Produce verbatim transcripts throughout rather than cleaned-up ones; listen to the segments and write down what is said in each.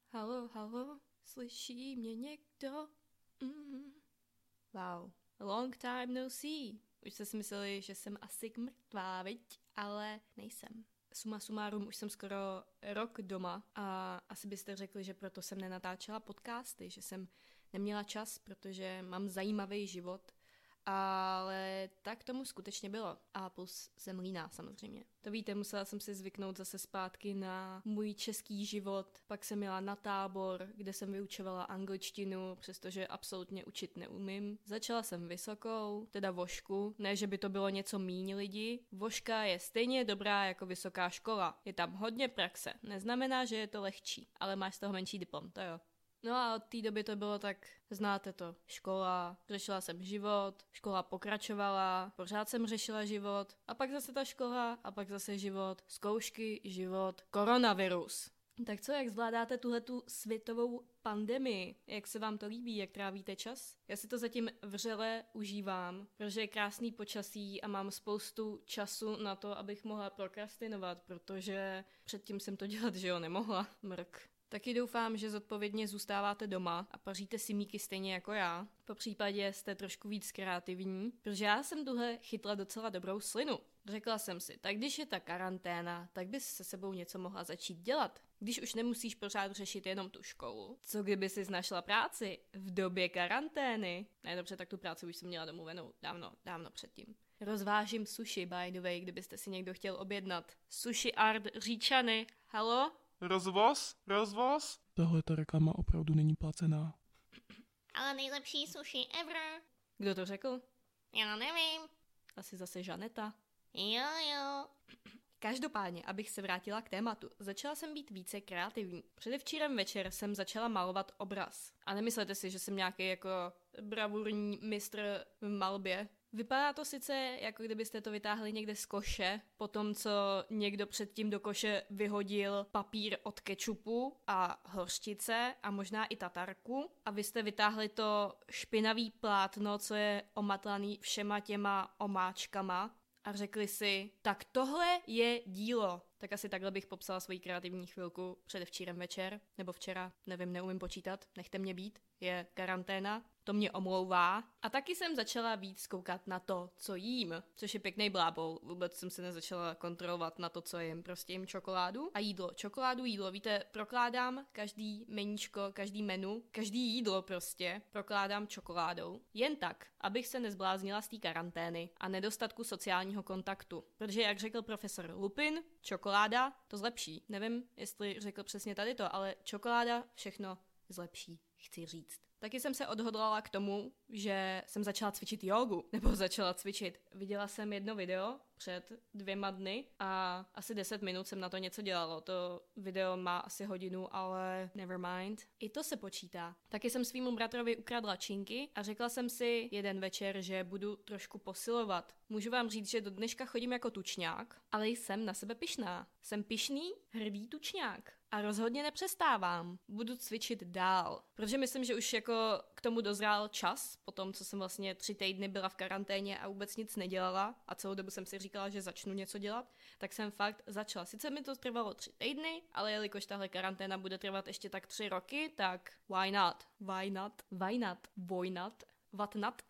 Halo, halo, slyší mě někdo? Mm. Wow, long time no see. Už jste si mysleli, že jsem asi mrtvá, viď? Ale nejsem. Suma sumárum, už jsem skoro rok doma a asi byste řekli, že proto jsem nenatáčela podcasty, že jsem neměla čas, protože mám zajímavý život, ale tak tomu skutečně bylo. A plus jsem líná samozřejmě. To víte, musela jsem si zvyknout zase zpátky na můj český život. Pak jsem jela na tábor, kde jsem vyučovala angličtinu, přestože absolutně učit neumím. Začala jsem vysokou, teda vošku. Ne, že by to bylo něco míň lidi. Voška je stejně dobrá jako vysoká škola. Je tam hodně praxe. Neznamená, že je to lehčí, ale máš z toho menší diplom, to jo. No a od té doby to bylo tak, znáte to, škola, řešila jsem život, škola pokračovala, pořád jsem řešila život, a pak zase ta škola, a pak zase život, zkoušky, život, koronavirus. Tak co, jak zvládáte tuhletu světovou pandemii? Jak se vám to líbí, jak trávíte čas? Já si to zatím vřele užívám, protože je krásný počasí a mám spoustu času na to, abych mohla prokrastinovat, protože předtím jsem to dělat, že jo, nemohla. Mrk. Taky doufám, že zodpovědně zůstáváte doma a paříte si míky stejně jako já. Po případě jste trošku víc kreativní, protože já jsem tuhle chytla docela dobrou slinu. Řekla jsem si, tak když je ta karanténa, tak bys se sebou něco mohla začít dělat. Když už nemusíš pořád řešit jenom tu školu. Co kdyby jsi našla práci v době karantény? Ne, dobře, tak tu práci už jsem měla domluvenou dávno, dávno předtím. Rozvážím sushi, by the way, kdybyste si někdo chtěl objednat. Sushi Art Říčany, halo? Rozvoz? Rozvoz? Tohle ta reklama opravdu není placená. Ale nejlepší sushi ever. Kdo to řekl? Já nevím. Asi zase Žaneta. Jo, jo. Každopádně, abych se vrátila k tématu, začala jsem být více kreativní. Předevčírem večer jsem začala malovat obraz. A nemyslete si, že jsem nějaký jako bravurní mistr v malbě. Vypadá to sice, jako kdybyste to vytáhli někde z koše, po tom, co někdo předtím do koše vyhodil papír od kečupu a hořčice a možná i tatarku a vy jste vytáhli to špinavý plátno, co je omatlaný všema těma omáčkama a řekli si, tak tohle je dílo. Tak asi takhle bych popsala svoji kreativní chvilku předevčírem večer, nebo včera, nevím, neumím počítat, nechte mě být, je karanténa, to mě omlouvá. A taky jsem začala víc koukat na to, co jím, což je pěkný blábol, vůbec jsem se nezačala kontrolovat na to, co jím, prostě jím čokoládu a jídlo, čokoládu, jídlo, víte, prokládám každý meníčko, každý menu, každý jídlo prostě, prokládám čokoládou, jen tak, abych se nezbláznila z té karantény a nedostatku sociálního kontaktu, protože jak řekl profesor Lupin, čokoláda to zlepší. Nevím, jestli řekl přesně tady to, ale čokoláda všechno zlepší, chci říct. Taky jsem se odhodlala k tomu, že jsem začala cvičit jógu, nebo začala cvičit. Viděla jsem jedno video před dvěma dny a asi deset minut jsem na to něco dělala. To video má asi hodinu, ale never mind. I to se počítá. Taky jsem svýmu bratrovi ukradla činky a řekla jsem si jeden večer, že budu trošku posilovat. Můžu vám říct, že do dneška chodím jako tučňák, ale jsem na sebe pyšná. Jsem pyšný, hrdý tučňák. A rozhodně nepřestávám. Budu cvičit dál. Protože myslím, že už jako k tomu dozrál čas, po tom, co jsem vlastně tři týdny byla v karanténě a vůbec nic nedělala a celou dobu jsem si říkala, že začnu něco dělat, tak jsem fakt začala. Sice mi to trvalo tři týdny, ale jelikož tahle karanténa bude trvat ještě tak tři roky, tak why not? Why not? Why not? Why not? What not?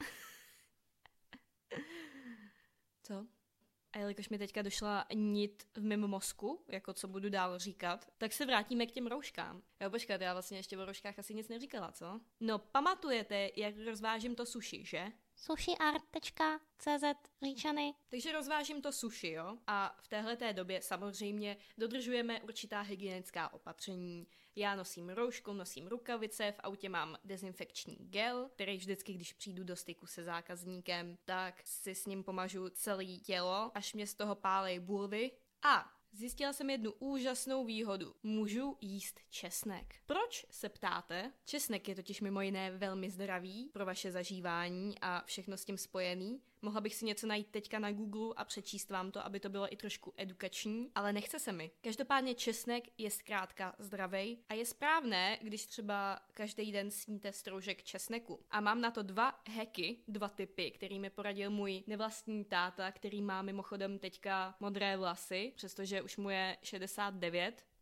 Co? A jelikož mi teďka došla nit v mém mozku, jako co budu dál říkat, tak se vrátíme k těm rouškám. Jo, počkat, já vlastně ještě o rouškách asi nic neříkala, co? No, pamatujete, jak rozvážím to sushi, že? sushiart tečka cé zet Říčany. Takže rozvážím to sushi, jo? A v téhleté době samozřejmě dodržujeme určitá hygienická opatření. Já nosím roušku, nosím rukavice, v autě mám dezinfekční gel, který vždycky, když přijdu do styku se zákazníkem, tak si s ním pomažu celé tělo, až mě z toho pálej bulvy. A zjistila jsem jednu úžasnou výhodu. Můžu jíst česnek. Proč, se ptáte? Česnek je totiž mimo jiné velmi zdravý pro vaše zažívání a všechno s tím spojený. Mohla bych si něco najít teďka na Google a přečíst vám to, aby to bylo i trošku edukační, ale nechce se mi. Každopádně česnek je zkrátka zdravej a je správné, když třeba každý den sníte stroužek česneku. A mám na to dva hacky, dva tipy, který mi poradil můj nevlastní táta, který má mimochodem teďka modré vlasy, přestože už mu je šedesát devět.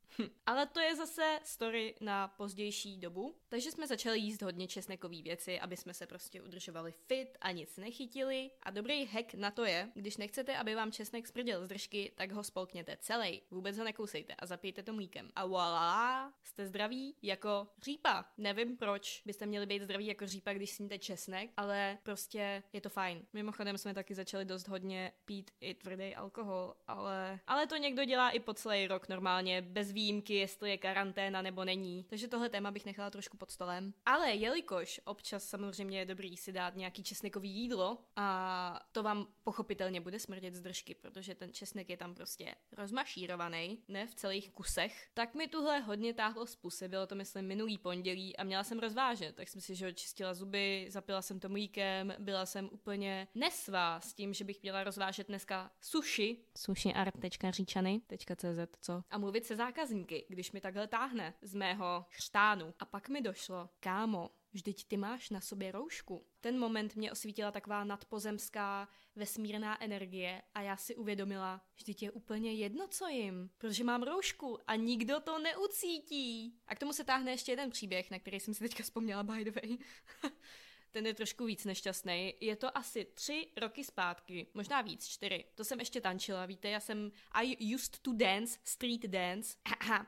Hm. Ale to je zase story na pozdější dobu. Takže jsme začali jíst hodně česnekový věci, aby jsme se prostě udržovali fit a nic nechytili. A dobrý hack na to je, když nechcete, aby vám česnek sprděl z držky, tak ho spolkněte celý. Vůbec ho nekousejte a zapijte to mlíkem. A voilà, jste zdraví jako řípa. Nevím, proč byste měli být zdraví jako řípa, když sníte česnek, ale prostě je to fajn. Mimochodem jsme taky začali dost hodně pít i tvrdý alkohol, ale, ale to někdo dělá i po celý rok normálně, bez výjimky, jestli je karanténa nebo není. Takže tohle téma bych nechala trošku pod stolem. Ale jelikož občas samozřejmě je dobrý si dát nějaký česnekový jídlo a to vám pochopitelně bude smrdět z držky, protože ten česnek je tam prostě rozmašírovaný, ne v celých kusech, tak mi tuhle hodně táhlo z pusy, bylo to myslím minulý pondělí a měla jsem rozvážet, tak jsem si že očistila zuby, zapila jsem to mlíkem, byla jsem úplně nesvá s tím, že bych měla rozvážet dneska sushi, sushiart tečka říčany tečka cé zet, co? A mluvit se zákazníky, když mi takhle táhne z mého chřtánu. A pak mi došlo, kámo, vždyť ty máš na sobě roušku. Ten moment mě osvítila taková nadpozemská vesmírná energie a já si uvědomila, vždyť je úplně jedno, co jim, protože mám roušku a nikdo to neucítí. A k tomu se táhne ještě jeden příběh, na který jsem si teďka vzpomněla by the way. Ten je trošku víc nešťastný. Je to asi tři roky zpátky, možná víc, čtyři. To jsem ještě tančila, víte, já jsem I used to dance, street dance.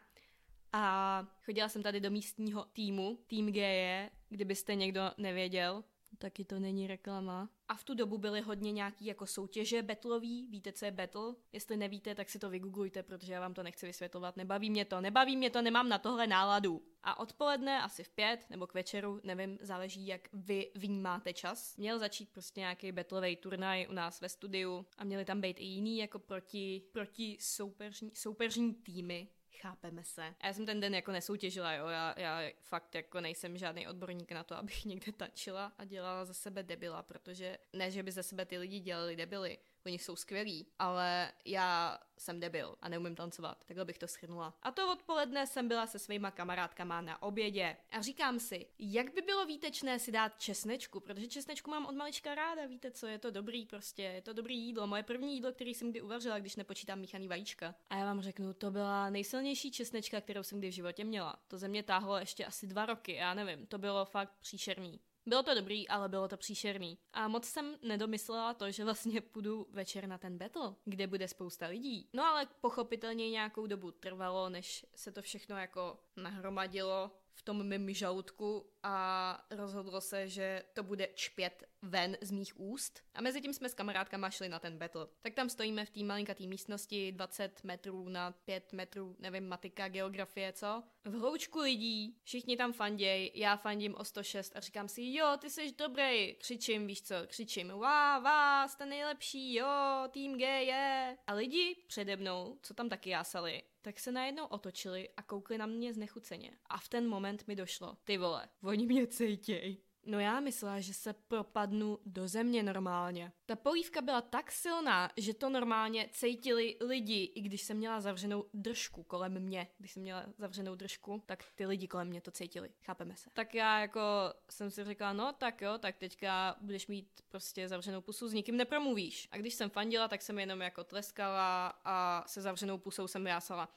A chodila jsem tady do místního týmu, tým G je, kdybyste někdo nevěděl, taky to není reklama. A v tu dobu byly hodně nějaký jako soutěže battlový, víte, co je battle? Jestli nevíte, tak si to vygooglujte, protože já vám to nechci vysvětlovat, nebaví mě to, nebaví mě to, nemám na tohle náladu. A odpoledne, asi v pět, nebo k večeru, nevím, záleží, jak vy vnímáte čas, měl začít prostě nějaký battlový turnaj u nás ve studiu a měli tam být i jiný jako proti, proti soupeřní, soupeřní týmy. Chápeme se. A já jsem ten den jako nesoutěžila, jo, já, já fakt jako nejsem žádný odborník na to, abych někde tačila a dělala za sebe debila, protože ne, že by za sebe ty lidi dělali debily, oni jsou skvělí, ale já jsem debil a neumím tancovat, takhle bych to shrnula. A to odpoledne jsem byla se svýma kamarádkama na obědě a říkám si, jak by bylo výtečné si dát česnečku, protože česnečku mám od malička ráda, víte co, je to dobrý prostě, je to dobrý jídlo, moje první jídlo, který jsem kdy uvařila, když nepočítám míchaný vajíčka. A já vám řeknu, to byla nejsilnější česnečka, kterou jsem kdy v životě měla. To ze mě táhlo ještě asi dva roky, já nevím, to bylo fakt příšerný. Bylo to dobrý, ale bylo to příšerný. A moc jsem nedomyslela to, že vlastně půjdu večer na ten battle, kde bude spousta lidí. No ale pochopitelně nějakou dobu trvalo, než se to všechno jako nahromadilo v tom mým žaludku a rozhodlo se, že to bude čpět ven z mých úst. A mezi tím jsme s kamarádkama šli na ten battle. Tak tam stojíme v té malinkatý místnosti dvacet metrů na pět metrů, nevím, matika, geografie, co? V hloučku lidí, všichni tam fanděj, já fandím o sto šest a říkám si, jo, ty jsi dobrý, křičím, víš co, křičím, vá, vá, jste nejlepší, jo, tým G je. A lidi přede mnou, co tam taky jásali, tak se najednou otočili a koukli na mě znechuceně. A v ten moment mi došlo, ty vole, oni mě cejtěj. No já myslela, že se propadnu do země normálně. Ta polívka byla tak silná, že to normálně cejtili lidi, i když jsem měla zavřenou držku kolem mě. Když jsem měla zavřenou držku, tak ty lidi kolem mě to cejtili. Chápeme se. Tak já jako jsem si řekla, no tak jo, tak teďka budeš mít prostě zavřenou pusu, s nikým nepromluvíš. A když jsem fandila, tak jsem jenom jako tleskala a se zavřenou pusou jsem jásala.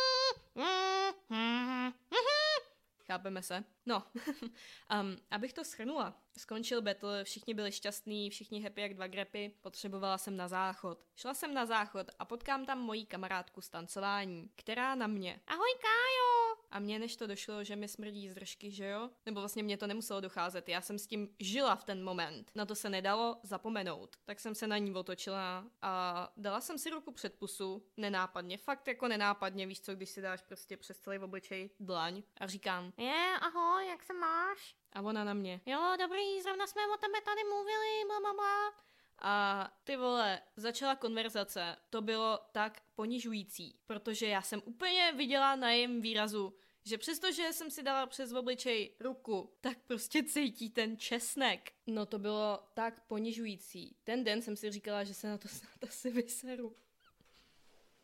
Chápeme se? No, um, abych to shrnula. Skončil battle, všichni byli šťastní, všichni happy jak dva grepy, potřebovala jsem na záchod. Šla jsem na záchod a potkám tam moji kamarádku z tancování, která na mě. Ahoj, Kájo! A mně než to došlo, že mi smrdí z držky, že jo? Nebo vlastně mě to nemuselo docházet, já jsem s tím žila v ten moment. Na to se nedalo zapomenout. Tak jsem se na ní otočila a dala jsem si ruku před pusu, nenápadně, fakt jako nenápadně, víš co, když si dáš prostě přes celý obličej dlaň a říkám, Je, ahoj, jak se máš? a ona na mě. Jo, dobrý, zrovna jsme o tebe tady mluvili, bla, bla, bla. A ty vole, začala konverzace, to bylo tak ponižující, protože já jsem úplně viděla na jejím výrazu, že přestože jsem si dala přes obličej ruku, tak prostě cítí ten česnek. No to bylo tak ponižující. Ten den jsem si říkala, že se na to snad asi vyseru.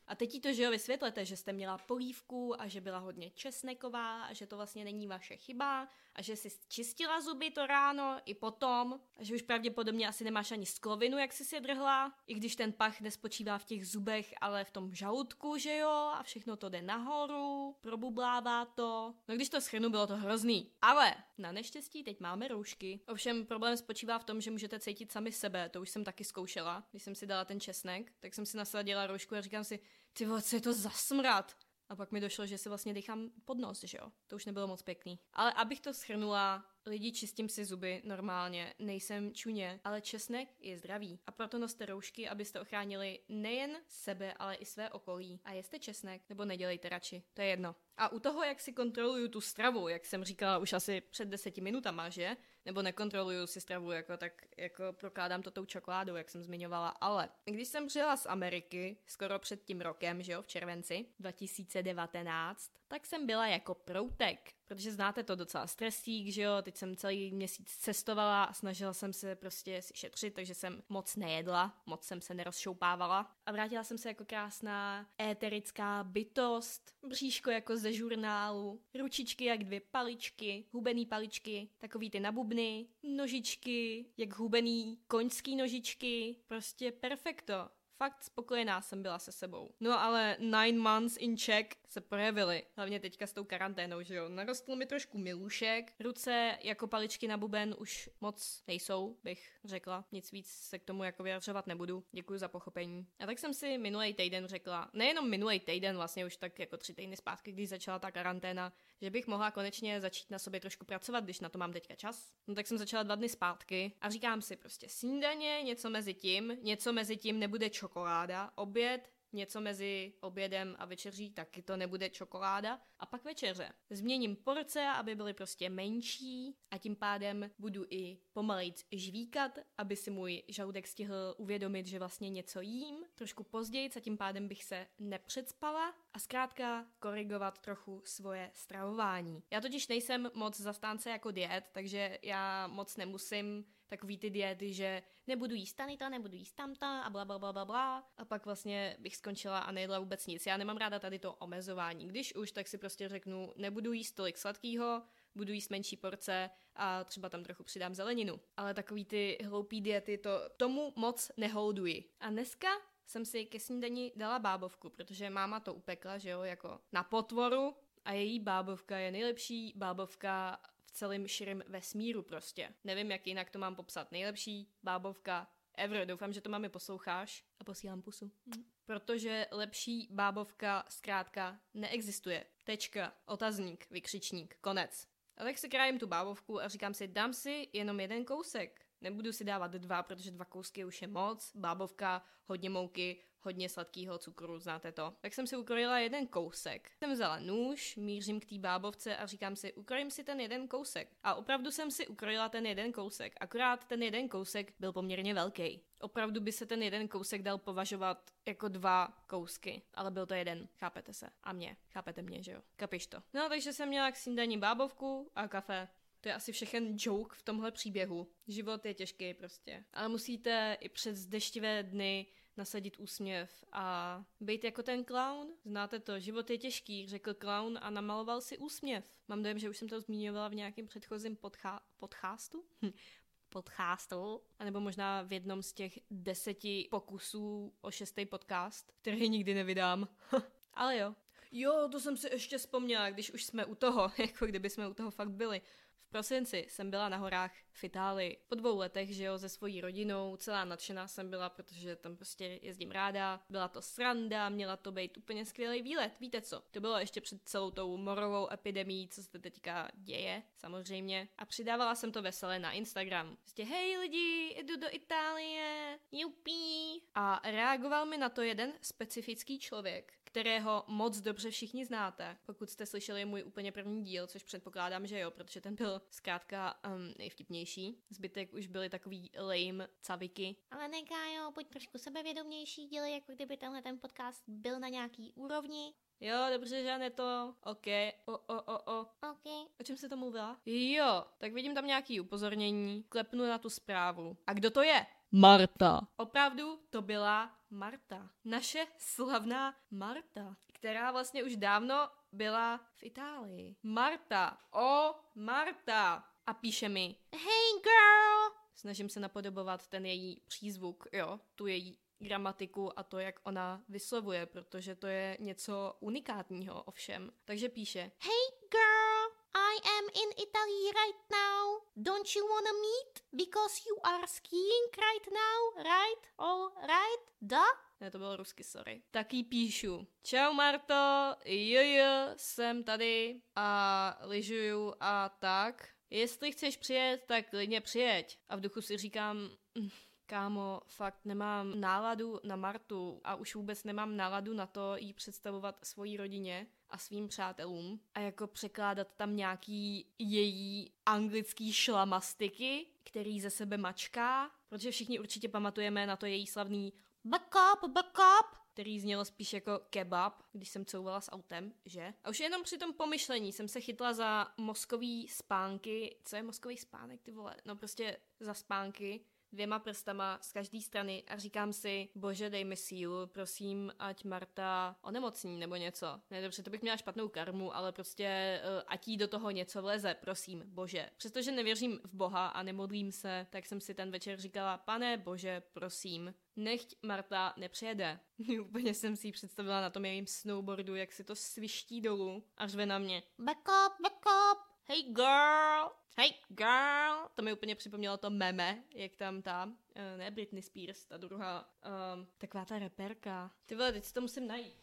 A teď jí to, že jo, vysvětlete, že jste měla polívku a že byla hodně česneková a že to vlastně není vaše chyba a že si čistila zuby to ráno i potom a že už pravděpodobně asi nemáš ani sklovinu, jak jsi si je drhla, i když ten pach nespočívá v těch zubech, ale v tom žaludku, že jo, a všechno to jde nahoru, probublává to. No když to shrnu, bylo to hrozný. Ale na neštěstí teď máme roušky. Ovšem problém spočívá v tom, že můžete cítit sami sebe, to už jsem taky zkoušela. Když jsem si dala ten česnek, tak jsem si nasadila roušku a říkám si, ty vole, co je to za smrad? A pak mi došlo, že si vlastně dýchám pod nos, že jo? To už nebylo moc pěkný. Ale abych to shrnula, lidi, čistím si zuby normálně, nejsem čuně, ale česnek je zdravý. A proto noste roušky, abyste ochránili nejen sebe, ale i své okolí. A jeste česnek, nebo nedělejte radši, to je jedno. A u toho, jak si kontroluju tu stravu, jak jsem říkala už asi před deseti minutama, že? Nebo nekontroluju si stravu, jako tak jako prokládám to tou čokoládou, jak jsem zmiňovala, ale když jsem přijela z Ameriky, skoro před tím rokem, že jo, v červenci dva tisíce devatenáct, tak jsem byla jako proutek, protože znáte to, docela stresík, že jo, teď jsem celý měsíc cestovala a snažila jsem se prostě si šetřit, takže jsem moc nejedla, moc jsem se nerozšoupávala a vrátila jsem se jako krásná éterická bytost, bříško jako ze žurnálu, ručičky jak dvě paličky, hubený paličky, takový ty na bubny, nožičky, jak hubený koňský nožičky, prostě perfekto. Fakt spokojená jsem byla se sebou. No ale nine months in Czech se projevily. Hlavně teďka s tou karanténou, že jo. Narostl mi trošku milušek. Ruce jako paličky na buben už moc nejsou, bych řekla. Nic víc se k tomu jako vyjadřovat nebudu. Děkuji za pochopení. A tak jsem si minulý týden řekla, nejenom minulý týden, vlastně už tak jako tři týdny zpátky, když začala ta karanténa, že bych mohla konečně začít na sobě trošku pracovat, když na to mám teďka čas. No tak jsem začala dva dny zpátky a říkám si prostě snídaně, něco mezi tím, něco mezi tím nebude čokoláda, oběd, něco mezi obědem a večeří, taky to nebude čokoláda. A pak večeře. Změním porce, aby byly prostě menší a tím pádem budu i pomalejc žvíkat, aby si můj žaludek stihl uvědomit, že vlastně něco jím, trošku později a tím pádem bych se nepředspala a zkrátka korigovat trochu svoje stravování. Já totiž nejsem moc zastánce jako diet, takže já moc nemusím takový ty diety, že nebudu jíst tady to, nebudu jíst tamto a bla bla bla bla bla a pak vlastně bych skončila a nejedla vůbec nic. Já nemám ráda tady to omezování. Když už, tak si prostě řeknu, nebudu jíst tolik sladkýho, budu jíst menší porce a třeba tam trochu přidám zeleninu. Ale takový ty hloupý diety, to tomu moc neholduji. A dneska jsem si ke snídani dala bábovku, protože máma to upekla, že jo, jako na potvoru a její bábovka je nejlepší bábovka v celém širém vesmíru prostě. Nevím, jak jinak to mám popsat. Nejlepší bábovka ever. Doufám, že to máme posloucháš a posílám pusu. Hm. Protože lepší bábovka zkrátka neexistuje. Tečka, otazník, vykřičník, konec. A tak si krájím tu bábovku a říkám si, dám si jenom jeden kousek. Nebudu si dávat dva, protože dva kousky už je moc. Bábovka, hodně mouky, hodně sladkého cukru, znáte to. Tak jsem si ukrojila jeden kousek. Jsem vzala nůž, mířím k té bábovce a říkám si, ukrojím si ten jeden kousek. A opravdu jsem si ukrojila ten jeden kousek, akorát ten jeden kousek byl poměrně velký. Opravdu by se ten jeden kousek dal považovat jako dva kousky, ale byl to jeden, chápete se. A mě, chápete mě, že jo? Kapiš to. No, takže jsem měla k snídani bábovku a kafe. To je asi všechen joke v tomhle příběhu. Život je těžký prostě. Ale musíte i přes deštivé dny nasadit úsměv a být jako ten clown. Znáte to, život je těžký, řekl clown a namaloval si úsměv. Mám dojem, že už jsem to zmiňovala v nějakém předchozím podcha- podcastu. podcastu, anebo možná v jednom z těch deseti pokusů o šestý podcast, který nikdy nevydám. Ale jo. Jo, to jsem si ještě vzpomněla, když už jsme u toho, jako kdyby jsme u toho fakt byli. V prosinci jsem byla na horách v Itálii. Po dvou letech, že jo, se svojí rodinou, celá nadšená jsem byla, protože tam prostě jezdím ráda. Byla to sranda, měla to být úplně skvělý výlet, víte co? To bylo ještě před celou tou morovou epidemií, co se teďka děje, samozřejmě. A přidávala jsem to veselé na Instagram. Prostě, hej lidi, jdu do Itálie, jupí. A reagoval mi na to jeden specifický člověk, kterého moc dobře všichni znáte, pokud jste slyšeli můj úplně první díl, což předpokládám, že jo, protože ten byl zkrátka um, nejvtipnější. Zbytek už byly takový lame caviky. Ale ne, Kájo, buď trošku sebevědomější, dělej, jako kdyby tenhle ten podcast byl na nějaký úrovni. Jo, dobře, Žaneto. OK, o, o, o, o. OK. O čem se to mluvila? Jo, tak vidím tam nějaký upozornění, klepnu na tu zprávu. A kdo to je? Marta. Opravdu to byla Marta. Naše slavná Marta, která vlastně už dávno byla v Itálii. Marta. O, Marta. A píše mi: Hey girl. Snažím se napodobovat ten její přízvuk, jo, tu její gramatiku a to, jak ona vyslovuje, protože to je něco unikátního ovšem. Takže píše: Hey girl, I am in Italy right now. Don't you wanna meet? Because you are skiing right now, right? All right? Da? Ne, to bylo rusky, sorry. Tak jí píšu: Čau Marto, jo jo, jsem tady a lyžuju a tak. Jestli chceš přijet, tak klidně přijeď. A v duchu si říkám: kámo, fakt nemám náladu na Martu a už vůbec nemám náladu na to jí představovat svojí rodině a svým přátelům a jako překládat tam nějaký její anglický šlamastiky, který ze sebe mačká, protože všichni určitě pamatujeme na to její slavný back up, back up, který znělo spíš jako kebab, když jsem couvala s autem, že? A už jenom při tom pomyšlení jsem se chytla za mozkový spánky. Co je mozkový spánek, ty vole? No prostě za spánky, dvěma prstama z každé strany a říkám si: bože, dej mi sílu, prosím, ať Marta onemocní nebo něco. Ne, dobře, to bych měla špatnou karmu, ale prostě uh, ať jí do toho něco vleze, prosím, bože. Přestože nevěřím v Boha a nemodlím se, tak jsem si ten večer říkala: pane bože, prosím, nechť Marta nepřijede. Úplně jsem si ji představila na tom jejím snowboardu, jak si to sviští dolů a řve na mě: back up, back up. Hey girl, hey girl. To mi úplně připomnělo to meme, jak tam ta, uh, ne Britney Spears, ta druhá, um, taková ta reperka. Ty vole, teď si to musím najít.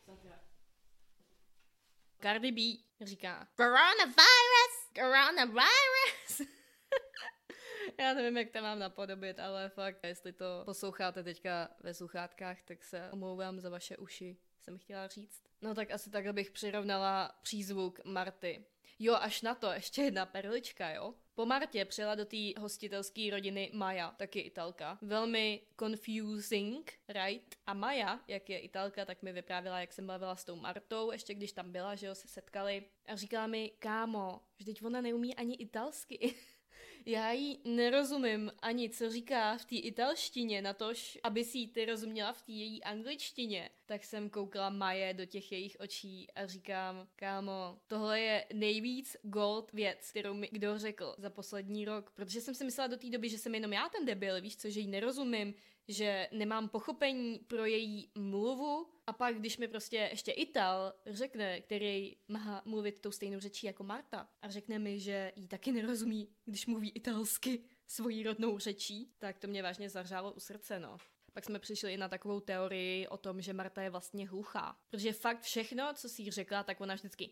Cardi B říká: Coronavirus, coronavirus. Já nevím, jak to mám napodobit, ale fakt, jestli to posloucháte teďka ve sluchátkách, tak se omlouvám za vaše uši, jsem chtěla říct. No tak asi takhle bych přirovnala přízvuk Marty. Jo, až na to, ještě jedna perlička, jo. Po Martě přijela do té hostitelské rodiny Maja, taky Italka. Velmi confusing, right? A Maja, jak je Italka, tak mi vyprávěla, jak jsem bavila s tou Martou, ještě když tam byla, že jo, se setkali. A říkala mi: kámo, vždyť ona neumí ani italsky. Já jí nerozumím ani, co říká v té italštině, natož, aby si ty rozuměla v té její angličtině. Tak jsem koukala Maje do těch jejich očí a říkám: kámo, tohle je nejvíc gold věc, kterou mi kdo řekl za poslední rok. Protože jsem si myslela do té doby, že jsem jenom já ten debil, víš co, že jí nerozumím, že nemám pochopení pro její mluvu. A pak, když mi prostě ještě Ital řekne, který má mluvit tou stejnou řečí jako Marta, a řekne mi, že jí taky nerozumí, když mluví italsky svojí rodnou řečí, tak to mě vážně zařálo u srdce, no. Pak jsme přišli i na takovou teorii o tom, že Marta je vlastně hluchá. Protože fakt všechno, co si jí řekla, tak ona vždycky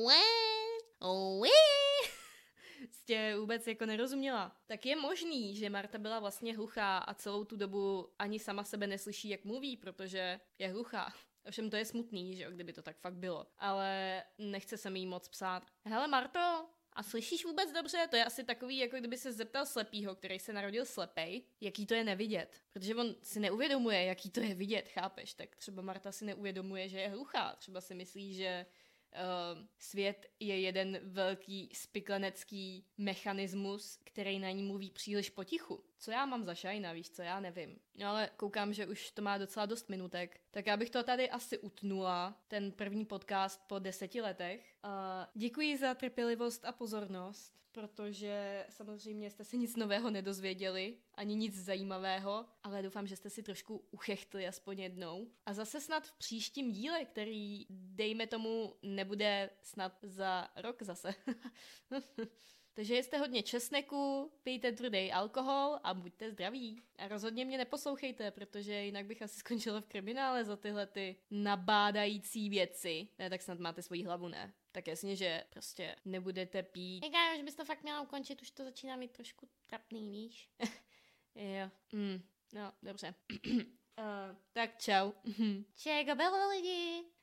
prostě vůbec jako nerozuměla. Tak je možný, že Marta byla vlastně hluchá a celou tu dobu ani sama sebe neslyší, jak mluví, protože je hluchá. Ovšem to je smutný, že jo, kdyby to tak fakt bylo. Ale nechce se mi jí moc psát: hele Marto, a slyšíš vůbec dobře? To je asi takový, jako kdyby se zeptal slepýho, který se narodil slepej, jaký to je nevidět. Protože on si neuvědomuje, jaký to je vidět, chápeš? Tak třeba Marta si neuvědomuje, že je hluchá. Třeba si myslí, že Uh, svět je jeden velký spiklenecký mechanismus, který na ní mluví příliš potichu. Co já mám za šajna, víš co, já nevím. No ale koukám, že už to má docela dost minutek, tak já bych to tady asi utnula, ten první podcast po deseti letech. Uh, děkuji za trpělivost a pozornost, protože samozřejmě jste se nic nového nedozvěděli, ani nic zajímavého, ale doufám, že jste si trošku uchechtli aspoň jednou. A zase snad v příštím díle, který, dejme tomu, nebude snad za rok zase. Takže jste hodně česneku, pijte tvrdý alkohol a buďte zdraví. A rozhodně mě neposlouchejte, protože jinak bych asi skončila v kriminále za tyhle ty nabádající věci. Ne, tak snad máte svoji hlavu, ne? Tak jasně, že prostě nebudete pít. Říkám, že bys to fakt měla ukončit, už to začíná mít trošku trapný, víš? Jo, mm, no, dobře. uh, tak čau. Čego bylo lidi?